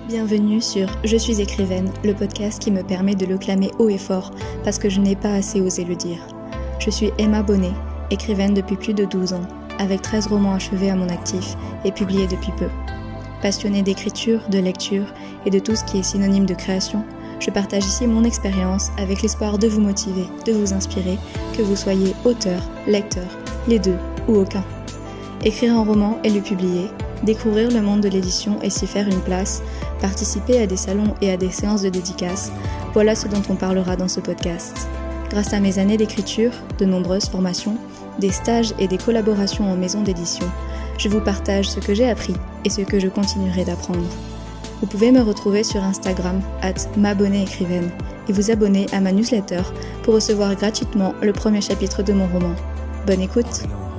Bienvenue sur Je suis écrivaine, le podcast qui me permet de le clamer haut et fort parce que je n'ai pas assez osé le dire. Je suis Emma Bonnet, écrivaine depuis plus de 12 ans, avec 13 romans achevés à mon actif et publiés depuis peu. Passionnée d'écriture, de lecture et de tout ce qui est synonyme de création, je partage ici mon expérience avec l'espoir de vous motiver, de vous inspirer, que vous soyez auteur, lecteur, les deux ou aucun. Écrire un roman et le publier, découvrir le monde de l'édition et s'y faire une place, participer à des salons et à des séances de dédicaces, voilà ce dont on parlera dans ce podcast. Grâce à mes années d'écriture, de nombreuses formations, des stages et des collaborations en maison d'édition, je vous partage ce que j'ai appris et ce que je continuerai d'apprendre. Vous pouvez me retrouver sur Instagram @mabonnetécrivaine et vous abonner à ma newsletter pour recevoir gratuitement le premier chapitre de mon roman. Bonne écoute!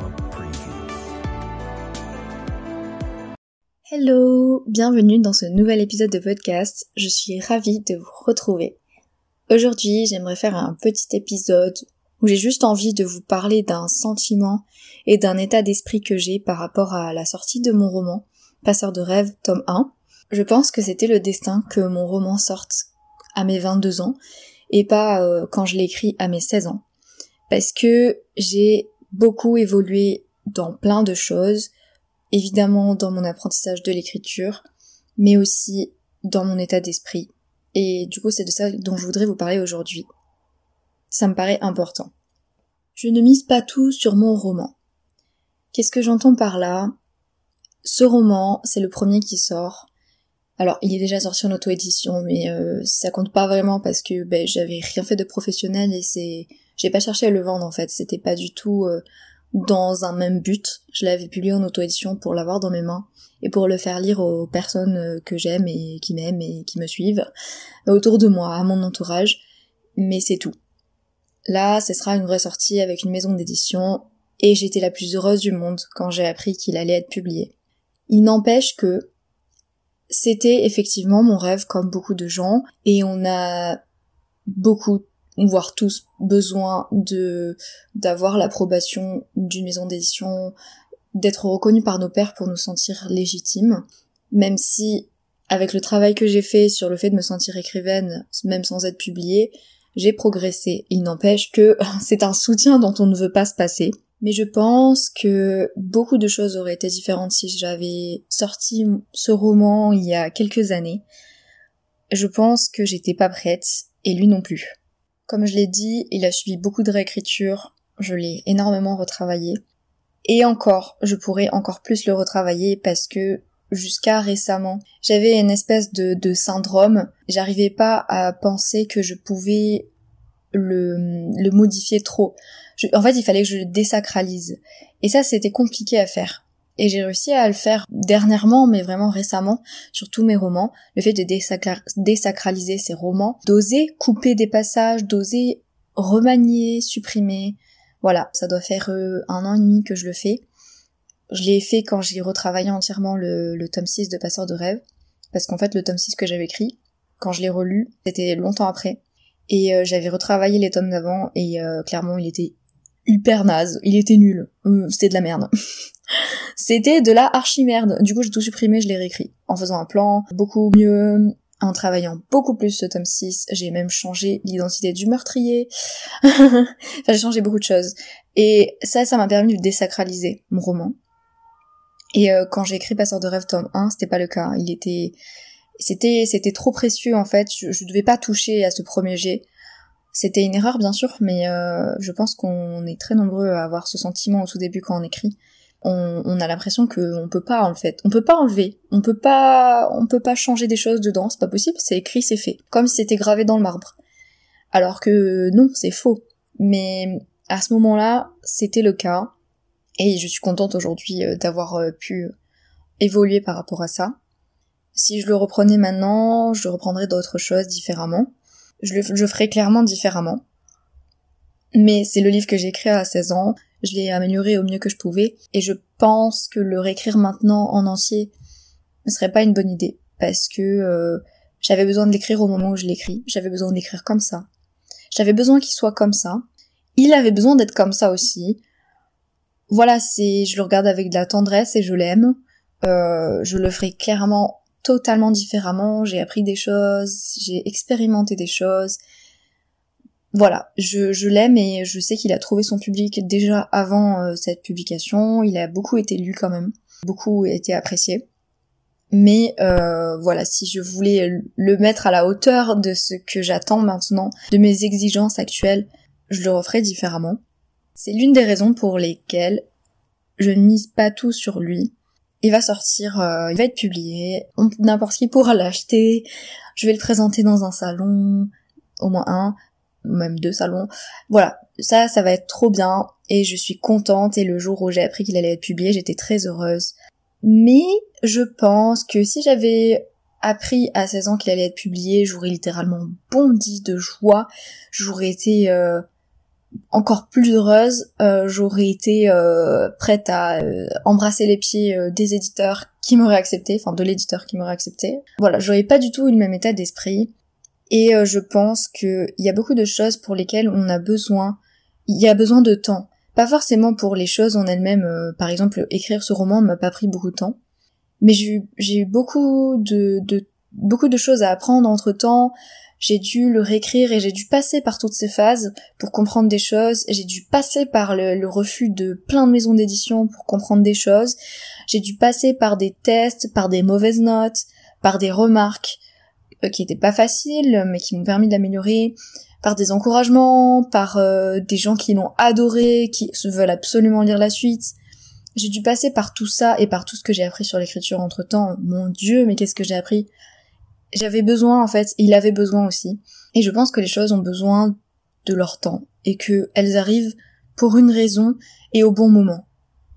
Hello, bienvenue dans ce nouvel épisode de podcast, je suis ravie de vous retrouver. Aujourd'hui, j'aimerais faire un petit épisode où j'ai juste envie de vous parler d'un sentiment et d'un état d'esprit que j'ai par rapport à la sortie de mon roman, Passeur de rêves, tome 1. Je pense que c'était le destin que mon roman sorte à mes 22 ans et pas quand je l'ai écrit à mes 16 ans. Parce que j'ai beaucoup évolué dans plein de choses, évidemment dans mon apprentissage de l'écriture, mais aussi dans mon état d'esprit. Et du coup, c'est de ça dont je voudrais vous parler aujourd'hui. Ça me paraît important. Je ne mise pas tout sur mon roman. Qu'est-ce que j'entends par là ? Ce roman, c'est le premier qui sort. Alors, il est déjà sorti en auto-édition, mais ça compte pas vraiment parce que j'avais rien fait de professionnel et j'ai pas cherché à le vendre en fait. C'était pas du tout dans un même but. Je l'avais publié en auto-édition pour l'avoir dans mes mains et pour le faire lire aux personnes que j'aime et qui m'aiment et qui me suivent, autour de moi, à mon entourage, mais c'est tout. Là, ce sera une vraie sortie avec une maison d'édition et j'étais la plus heureuse du monde quand j'ai appris qu'il allait être publié. Il n'empêche que c'était effectivement mon rêve comme beaucoup de gens et on a beaucoup, voire tous, besoin d'avoir l'approbation d'une maison d'édition, d'être reconnu par nos pairs pour nous sentir légitimes, même si, avec le travail que j'ai fait sur le fait de me sentir écrivaine, même sans être publiée, j'ai progressé. Il n'empêche que c'est un soutien dont on ne veut pas se passer. Mais je pense que beaucoup de choses auraient été différentes si j'avais sorti ce roman il y a quelques années. Je pense que j'étais pas prête, et lui non plus. Comme je l'ai dit, il a suivi beaucoup de réécriture, je l'ai énormément retravaillé. Et encore, je pourrais encore plus le retravailler parce que jusqu'à récemment, j'avais une espèce de syndrome. J'arrivais pas à penser que je pouvais le modifier trop. En fait, il fallait que je le désacralise. Et ça, c'était compliqué à faire. Et j'ai réussi à le faire dernièrement, mais vraiment récemment, sur tous mes romans. Le fait de désacraliser ces romans, d'oser couper des passages, d'oser remanier, supprimer. Voilà, ça doit faire 1 an et demi que je le fais. Je l'ai fait quand j'ai retravaillé entièrement le tome 6 de Passeur de rêves. Parce qu'en fait, le tome 6 que j'avais écrit, quand je l'ai relu, c'était longtemps après. Et j'avais retravaillé les tomes d'avant, et clairement, il était hyper naze. Il était nul. C'était de la merde. C'était de la archi-merde. Du coup, j'ai tout supprimé, je l'ai réécrit. En faisant un plan beaucoup mieux, en travaillant beaucoup plus ce tome 6. J'ai même changé l'identité du meurtrier. Enfin, j'ai changé beaucoup de choses. Et ça m'a permis de désacraliser mon roman. Et quand j'ai écrit Passeur de rêves tome 1, c'était pas le cas. C'était trop précieux, en fait. Je devais pas toucher à ce premier jet. C'était une erreur, bien sûr, mais je pense qu'on est très nombreux à avoir ce sentiment au tout début quand on écrit. On a l'impression qu'on peut pas, en fait. On peut pas enlever. On peut pas changer des choses dedans. C'est pas possible. C'est écrit, c'est fait. Comme si c'était gravé dans le marbre. Alors que non, c'est faux. Mais à ce moment-là, c'était le cas. Et je suis contente aujourd'hui d'avoir pu évoluer par rapport à ça. Si je le reprenais maintenant, je reprendrais d'autres choses différemment. Je ferais clairement différemment. Mais c'est le livre que j'ai écrit à 16 ans. Je l'ai amélioré au mieux que je pouvais. Et je pense que le réécrire maintenant en entier ne serait pas une bonne idée. Parce que j'avais besoin de l'écrire au moment où je l'écris. J'avais besoin de l'écrire comme ça. J'avais besoin qu'il soit comme ça. Il avait besoin d'être comme ça aussi. Voilà, je le regarde avec de la tendresse et je l'aime. Je le ferai clairement totalement différemment, j'ai appris des choses, j'ai expérimenté des choses. Voilà, je l'aime et je sais qu'il a trouvé son public déjà avant cette publication, il a beaucoup été lu quand même, beaucoup été apprécié. Mais voilà, si je voulais le mettre à la hauteur de ce que j'attends maintenant, de mes exigences actuelles, je le referais différemment. C'est l'une des raisons pour lesquelles je ne mise pas tout sur lui. Il va sortir, il va être publié, n'importe qui pourra l'acheter, je vais le présenter dans un salon, au moins un, même 2 salons. Voilà, ça va être trop bien, et je suis contente, et le jour où j'ai appris qu'il allait être publié, j'étais très heureuse. Mais je pense que si j'avais appris à 16 ans qu'il allait être publié, j'aurais littéralement bondi de joie, j'aurais été encore plus heureuse, j'aurais été prête à embrasser les pieds des éditeurs qui m'auraient accepté, enfin de l'éditeur qui m'aurait accepté. Voilà, j'aurais pas du tout eu le même état d'esprit, et je pense que il y a beaucoup de choses pour lesquelles on a besoin, il y a besoin de temps. Pas forcément pour les choses en elles-mêmes, par exemple écrire ce roman m'a pas pris beaucoup de temps, mais j'ai eu beaucoup de choses à apprendre entre temps. J'ai dû le réécrire et j'ai dû passer par toutes ces phases pour comprendre des choses. J'ai dû passer par le refus de plein de maisons d'édition pour comprendre des choses. J'ai dû passer par des tests, par des mauvaises notes, par des remarques qui étaient pas faciles mais qui m'ont permis d'améliorer, par des encouragements, par des gens qui l'ont adoré, qui veulent absolument lire la suite. J'ai dû passer par tout ça et par tout ce que j'ai appris sur l'écriture entre-temps. Mon Dieu, mais qu'est-ce que j'ai appris! J'avais besoin en fait, il avait besoin aussi. Et je pense que les choses ont besoin de leur temps et que elles arrivent pour une raison et au bon moment.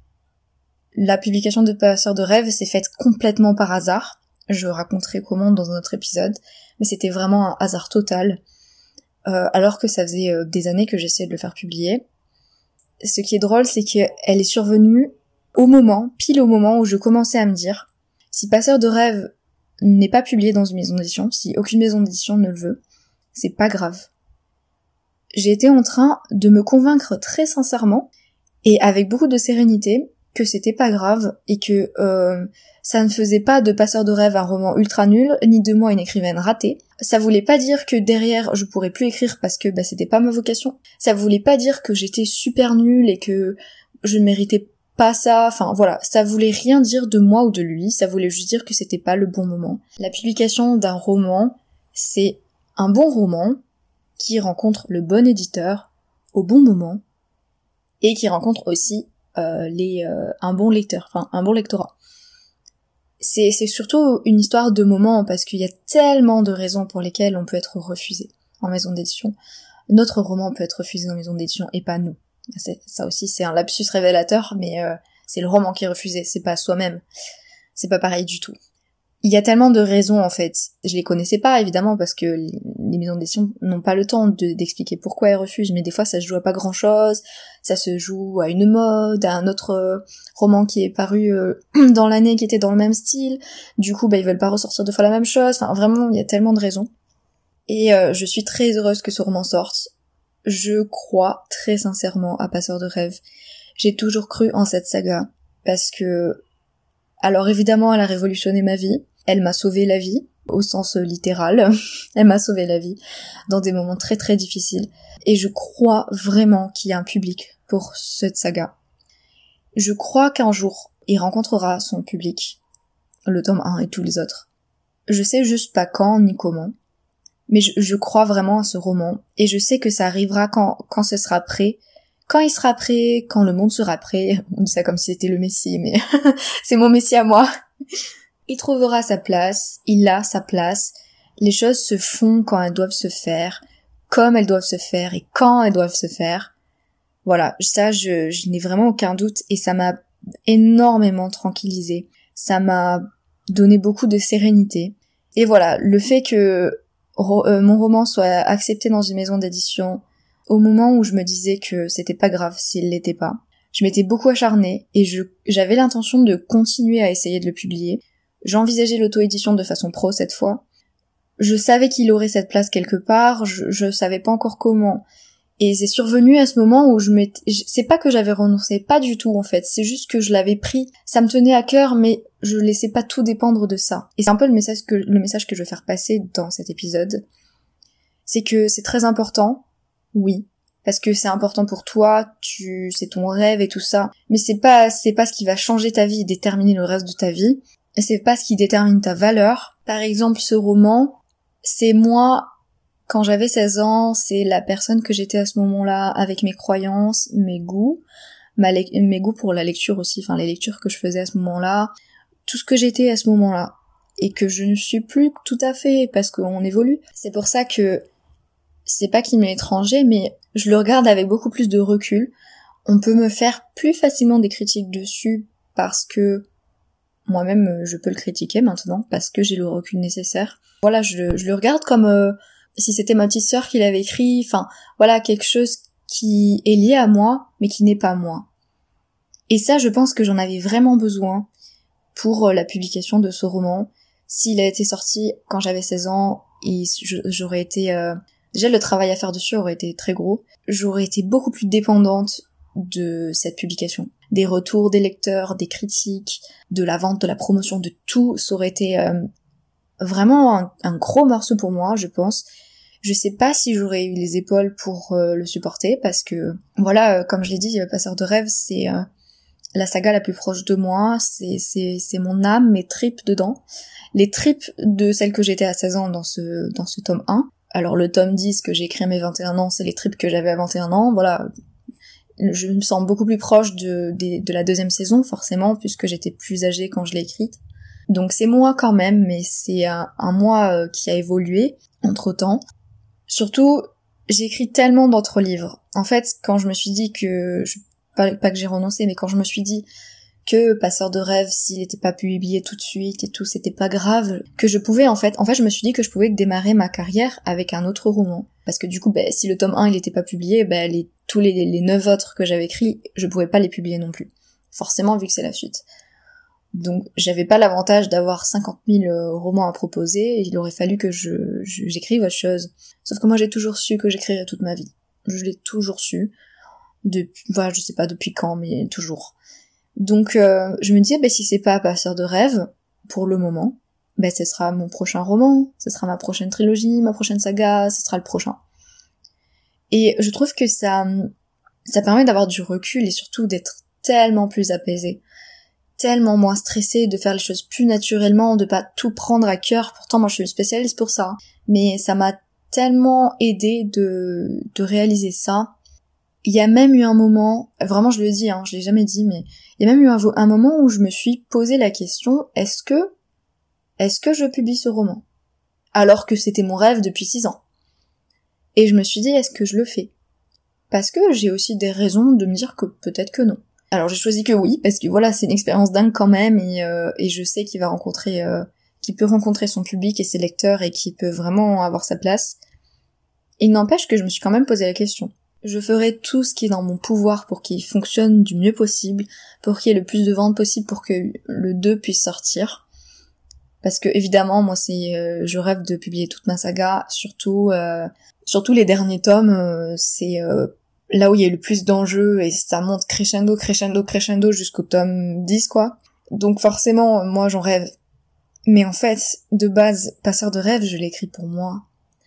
La publication de Passeur de rêve s'est faite complètement par hasard. Je raconterai comment dans un autre épisode, mais c'était vraiment un hasard total. Alors que ça faisait des années que j'essayais de le faire publier. Ce qui est drôle, c'est qu'elle est survenue pile au moment où je commençais à me dire, si Passeur de rêve n'est pas publié dans une maison d'édition, si aucune maison d'édition ne le veut, c'est pas grave. J'ai été en train de me convaincre très sincèrement, et avec beaucoup de sérénité, que c'était pas grave, et que ça ne faisait pas de Passeur de rêve un roman ultra nul, ni de moi une écrivaine ratée. Ça voulait pas dire que derrière je pourrais plus écrire parce que c'était pas ma vocation. Ça voulait pas dire que j'étais super nulle et que je ne méritais pas ça, enfin voilà, ça voulait rien dire de moi ou de lui, ça voulait juste dire que c'était pas le bon moment. La publication d'un roman, c'est un bon roman qui rencontre le bon éditeur au bon moment et qui rencontre aussi un bon lecteur, enfin un bon lectorat. C'est surtout une histoire de moment parce qu'il y a tellement de raisons pour lesquelles on peut être refusé en maison d'édition. Notre roman peut être refusé en maison d'édition et pas nous. Ça aussi c'est un lapsus révélateur, mais c'est le roman qui est refusé, c'est pas soi-même. C'est pas pareil du tout. Il y a tellement de raisons en fait. Je les connaissais pas évidemment parce que les maisons d'édition n'ont pas le temps d'expliquer pourquoi elles refusent, mais des fois ça se joue à pas grand chose, ça se joue à une mode, à un autre roman qui est paru dans l'année qui était dans le même style, du coup ils veulent pas ressortir 2 fois la même chose, enfin vraiment il y a tellement de raisons. Et je suis très heureuse que ce roman sorte. Je crois très sincèrement à Passeur de rêve. J'ai toujours cru en cette saga parce que, alors évidemment elle a révolutionné ma vie, elle m'a sauvé la vie, au sens littéral, elle m'a sauvé la vie dans des moments très très difficiles, et je crois vraiment qu'il y a un public pour cette saga. Je crois qu'un jour, il rencontrera son public, le tome 1 et tous les autres. Je sais juste pas quand ni comment, mais je crois vraiment à ce roman, et je sais que ça arrivera quand ce sera prêt, quand il sera prêt, quand le monde sera prêt. On dit ça comme si c'était le Messie, mais c'est mon Messie à moi. Il trouvera sa place, il a sa place, les choses se font quand elles doivent se faire, comme elles doivent se faire et quand elles doivent se faire. Voilà, ça je n'ai vraiment aucun doute et ça m'a énormément tranquillisée. Ça m'a donné beaucoup de sérénité. Et voilà, le fait que mon roman soit accepté dans une maison d'édition au moment où je me disais que c'était pas grave s'il l'était pas, je m'étais beaucoup acharnée et j'avais l'intention de continuer à essayer de le publier. J'envisageais l'auto-édition de façon pro cette fois. Je savais qu'il aurait cette place quelque part, je savais pas encore comment. Et c'est survenu à ce moment où c'est pas que j'avais renoncé, pas du tout en fait, c'est juste que je l'avais pris, ça me tenait à cœur, mais je laissais pas tout dépendre de ça. Et c'est un peu le message que je veux faire passer dans cet épisode, c'est que c'est très important, oui, parce que c'est important pour toi, c'est ton rêve et tout ça, mais c'est pas ce qui va changer ta vie et déterminer le reste de ta vie, et c'est pas ce qui détermine ta valeur. Par exemple, ce roman, c'est moi, quand j'avais 16 ans, c'est la personne que j'étais à ce moment-là, avec mes croyances, mes goûts, mes goûts pour la lecture aussi, enfin les lectures que je faisais à ce moment-là, tout ce que j'étais à ce moment-là, et que je ne suis plus tout à fait, parce qu'on évolue. C'est pour ça que c'est pas qu'il m'est étranger, mais je le regarde avec beaucoup plus de recul. On peut me faire plus facilement des critiques dessus, parce que moi-même je peux le critiquer maintenant, parce que j'ai le recul nécessaire. Voilà, je le regarde comme si c'était ma petite sœur qui l'avait écrit, enfin voilà, quelque chose qui est lié à moi, mais qui n'est pas moi. Et ça, je pense que j'en avais vraiment besoin pour la publication de ce roman. S'il a été sorti quand j'avais 16 ans, j'aurais été... déjà, le travail à faire dessus aurait été très gros. J'aurais été beaucoup plus dépendante de cette publication. Des retours des lecteurs, des critiques, de la vente, de la promotion, de tout, ça aurait été vraiment un gros morceau pour moi, je pense. Je sais pas si j'aurais eu les épaules pour le supporter, parce que, voilà, comme je l'ai dit, Passeur de rêve, c'est la saga la plus proche de moi, c'est mon âme, mes tripes dedans. Les tripes de celle que j'étais à 16 ans dans ce tome 1. Alors le tome 10 que j'ai écrit à mes 21 ans, c'est les tripes que j'avais à 21 ans, voilà. Je me sens beaucoup plus proche de la deuxième saison, forcément, puisque j'étais plus âgée quand je l'ai écrite. Donc c'est moi quand même, mais c'est un moi qui a évolué entre-temps. Surtout, j'ai écrit tellement d'autres livres. En fait, quand je me suis dit pas que j'ai renoncé, mais quand je me suis dit que Passeur de rêve, s'il n'était pas publié tout de suite et tout, c'était pas grave, que je pouvais en fait, je me suis dit que je pouvais démarrer ma carrière avec un autre roman. Parce que du coup, si le tome 1 il était pas publié, tous les 9 autres que j'avais écrits, je pouvais pas les publier non plus. Forcément, vu que c'est la suite. Donc j'avais pas l'avantage d'avoir 50 000 romans à proposer, et il aurait fallu que j'écrive autre chose. Sauf que moi j'ai toujours su que j'écrirais toute ma vie. Je l'ai toujours su. Je sais pas depuis quand, mais toujours. Donc je me disais, si c'est pas Passeur de rêve, pour le moment, ce sera mon prochain roman, ce sera ma prochaine trilogie, ma prochaine saga, ce sera le prochain. Et je trouve que ça permet d'avoir du recul et surtout d'être tellement plus apaisé, tellement moins stressé, de faire les choses plus naturellement, de pas tout prendre à cœur. Pourtant moi je suis spécialiste pour ça, mais ça m'a tellement aidé de réaliser ça. Il y a même eu un moment, vraiment je le dis, je l'ai jamais dit, mais il y a même eu un moment où je me suis posé la question, est-ce que je publie ce roman? Alors que c'était mon rêve depuis 6 ans. Et je me suis dit, est-ce que je le fais? Parce que j'ai aussi des raisons de me dire que peut-être que non. Alors j'ai choisi que oui, parce que voilà, c'est une expérience dingue quand même, et je sais qu'il peut rencontrer son public et ses lecteurs, et qu'il peut vraiment avoir sa place. Il n'empêche que je me suis quand même posé la question. Je ferai tout ce qui est dans mon pouvoir pour qu'il fonctionne du mieux possible, pour qu'il y ait le plus de ventes possible, pour que le 2 puisse sortir. Parce que évidemment, moi je rêve de publier toute ma saga, surtout les derniers tomes, c'est là où il y a le plus d'enjeux, et ça monte crescendo jusqu'au tome 10 quoi. Donc forcément, moi j'en rêve. Mais en fait, de base, Passeur de rêve, je l'ai écrit pour moi.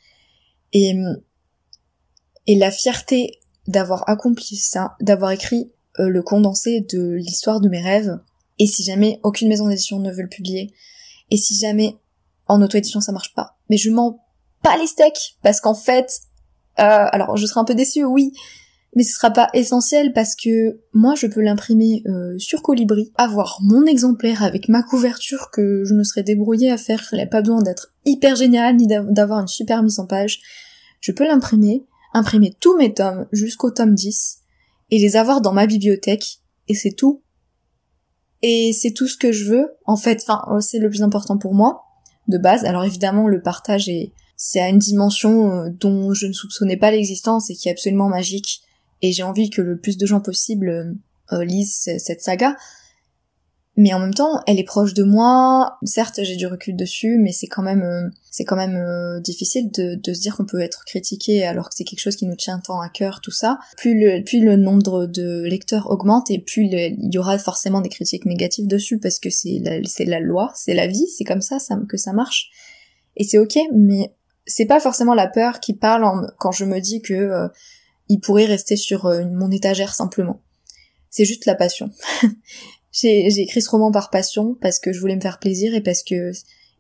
Et la fierté d'avoir accompli ça, d'avoir écrit le condensé de l'histoire de mes rêves, et si jamais aucune maison d'édition ne veut le publier, et si jamais en auto-édition ça marche pas, mais je m'en bats les steaks, parce qu'en fait, alors je serai un peu déçue, oui, mais ce sera pas essentiel, parce que moi je peux l'imprimer sur Colibri, avoir mon exemplaire avec ma couverture que je me serais débrouillée à faire, il n'y a pas besoin d'être hyper génial, ni d'avoir une super mise en page, je peux imprimer tous mes tomes jusqu'au tome 10, et les avoir dans ma bibliothèque, et c'est tout. Et c'est tout ce que je veux, en fait, c'est le plus important pour moi, de base. Alors évidemment, le partage c'est à une dimension dont je ne soupçonnais pas l'existence et qui est absolument magique, et j'ai envie que le plus de gens possible lisent cette saga. Mais en même temps, elle est proche de moi. Certes, j'ai du recul dessus, mais c'est quand même difficile de se dire qu'on peut être critiqué alors que c'est quelque chose qui nous tient tant à cœur, tout ça. Plus le nombre de lecteurs augmente et plus il y aura forcément des critiques négatives dessus parce que c'est la loi, c'est la vie, c'est comme ça que ça marche. Et c'est ok, mais c'est pas forcément la peur qui parle quand je me dis que il pourrait rester sur mon étagère simplement. C'est juste la passion. J'ai écrit ce roman par passion parce que je voulais me faire plaisir et parce que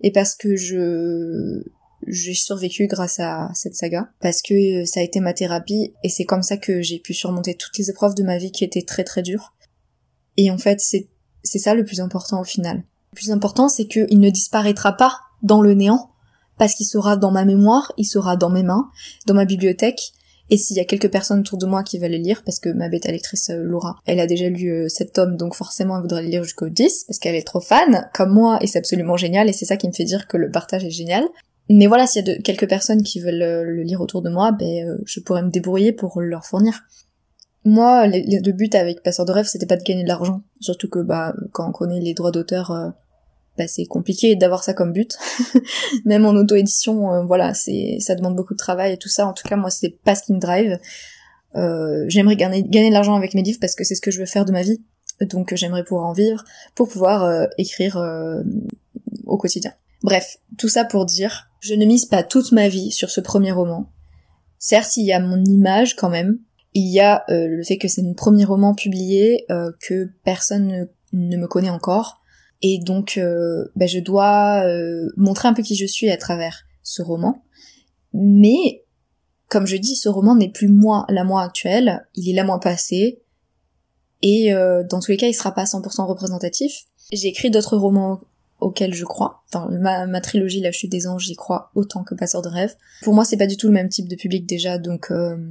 j'ai survécu grâce à cette saga, parce que ça a été ma thérapie et c'est comme ça que j'ai pu surmonter toutes les épreuves de ma vie qui étaient très très dures. Et en fait, c'est ça le plus important au final. Le plus important, c'est qu'il ne disparaîtra pas dans le néant parce qu'il sera dans ma mémoire, il sera dans mes mains, dans ma bibliothèque. Et s'il y a quelques personnes autour de moi qui veulent les lire, parce que ma bêta lectrice Laura, elle a déjà lu 7 tomes, donc forcément elle voudrait les lire jusqu'au 10, parce qu'elle est trop fan, comme moi, et c'est absolument génial, et c'est ça qui me fait dire que le partage est génial. Mais voilà, s'il y a quelques personnes qui veulent le lire autour de moi, je pourrais me débrouiller pour leur fournir. Moi, le but avec Passeur de rêve, c'était pas de gagner de l'argent, surtout que quand on connaît les droits d'auteur, c'est compliqué d'avoir ça comme but. Même en auto-édition, ça demande beaucoup de travail et tout ça. En tout cas, moi, c'est pas ce qui me drive. J'aimerais gagner de l'argent avec mes livres parce que c'est ce que je veux faire de ma vie. Donc, j'aimerais pouvoir en vivre pour pouvoir écrire au quotidien. Bref, tout ça pour dire, je ne mise pas toute ma vie sur ce premier roman. Certes, il y a mon image quand même. Il y a le fait que c'est mon premier roman publié, que personne ne me connaît encore. Et donc, je dois montrer un peu qui je suis à travers ce roman. Mais, comme je dis, ce roman n'est plus la moi actuelle, il est la moi passée. Et dans tous les cas, il sera pas 100% représentatif. J'ai écrit d'autres romans auxquels je crois. Enfin, ma trilogie La Chute des Anges, j'y crois autant que Passeur de rêve. Pour moi, c'est pas du tout le même type de public déjà, donc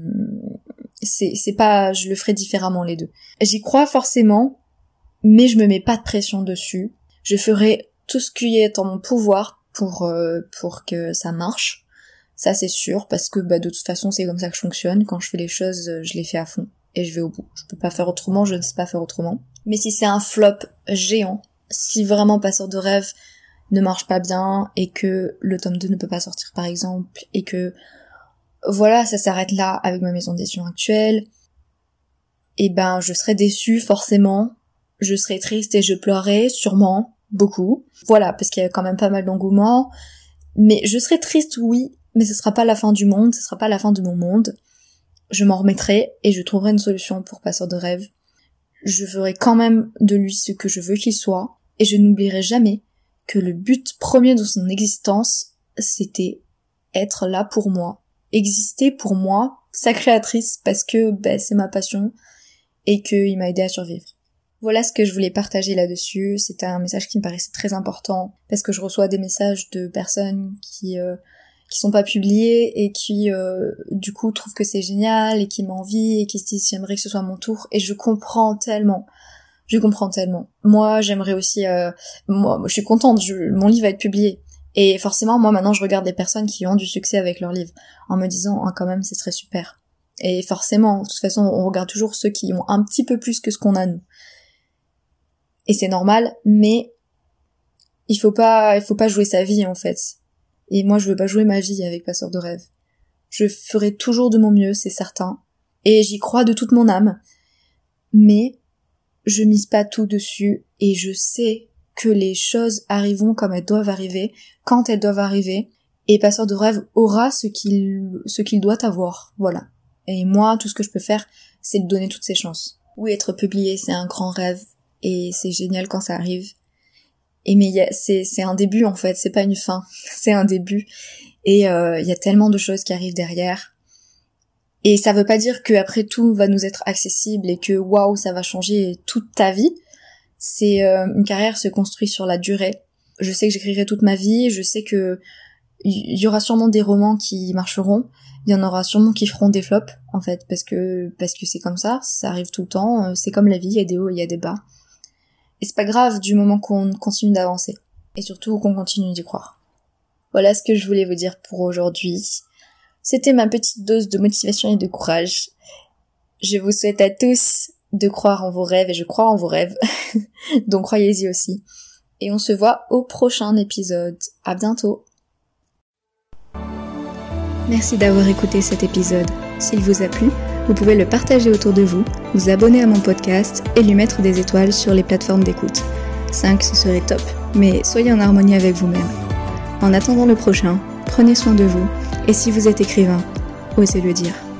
c'est pas... Je le ferai différemment les deux. J'y crois forcément, mais je me mets pas de pression dessus. Je ferai tout ce qui est en mon pouvoir pour que ça marche. Ça c'est sûr, parce que de toute façon c'est comme ça que je fonctionne. Quand je fais les choses, je les fais à fond et je vais au bout. Je peux pas faire autrement, je ne sais pas faire autrement. Mais si c'est un flop géant, si vraiment Passeur de rêve ne marche pas bien et que le tome 2 ne peut pas sortir par exemple, et que voilà, ça s'arrête là avec ma maison d'édition actuelle, et je serai déçue forcément. Je serais triste et je pleurerais, sûrement, beaucoup. Voilà, parce qu'il y a quand même pas mal d'engouement. Mais je serais triste, oui, mais ce sera pas la fin du monde, ce sera pas la fin de mon monde. Je m'en remettrai et je trouverai une solution pour Passeur de rêve. Je ferai quand même de lui ce que je veux qu'il soit, et je n'oublierai jamais que le but premier de son existence, c'était être là pour moi, exister pour moi, sa créatrice, parce que c'est ma passion, et qu'il m'a aidé à survivre. Voilà ce que je voulais partager là-dessus. C'était un message qui me paraissait très important parce que je reçois des messages de personnes qui sont pas publiées et qui du coup trouvent que c'est génial et qui m'envient et qui se disent j'aimerais que ce soit mon tour, et je comprends tellement. Moi, j'aimerais aussi moi je suis contente, mon livre va être publié. Et forcément, moi maintenant je regarde des personnes qui ont du succès avec leur livre en me disant quand même ce serait super. Et forcément, de toute façon, on regarde toujours ceux qui ont un petit peu plus que ce qu'on a nous. Et c'est normal, mais il faut pas jouer sa vie en fait. Et moi je veux pas jouer ma vie avec Passeur de rêve. Je ferai toujours de mon mieux, c'est certain. Et j'y crois de toute mon âme. Mais je mise pas tout dessus et je sais que les choses arriveront comme elles doivent arriver, quand elles doivent arriver. Et Passeur de rêve aura ce qu'il doit avoir. Voilà. Et moi, tout ce que je peux faire, c'est de donner toutes ses chances. Oui, être publié, c'est un grand rêve. Et c'est génial quand ça arrive. Mais c'est un début en fait, c'est pas une fin, c'est un début. Et il y a tellement de choses qui arrivent derrière. Et ça veut pas dire que après tout va nous être accessible et que waouh, ça va changer toute ta vie. C'est une carrière se construit sur la durée. Je sais que j'écrirai toute ma vie, je sais que il y aura sûrement des romans qui marcheront, il y en aura sûrement qui feront des flops en fait, parce que c'est comme ça arrive tout le temps, c'est comme la vie, il y a des hauts, il y a des bas. Et c'est pas grave du moment qu'on continue d'avancer. Et surtout qu'on continue d'y croire. Voilà ce que je voulais vous dire pour aujourd'hui. C'était ma petite dose de motivation et de courage. Je vous souhaite à tous de croire en vos rêves et je crois en vos rêves. Donc croyez-y aussi. Et on se voit au prochain épisode. À bientôt. Merci d'avoir écouté cet épisode. S'il vous a plu, vous pouvez le partager autour de vous, vous abonner à mon podcast et lui mettre des étoiles sur les plateformes d'écoute. 5, ce serait top, mais soyez en harmonie avec vous-même. En attendant le prochain, prenez soin de vous, et si vous êtes écrivain, osez le dire.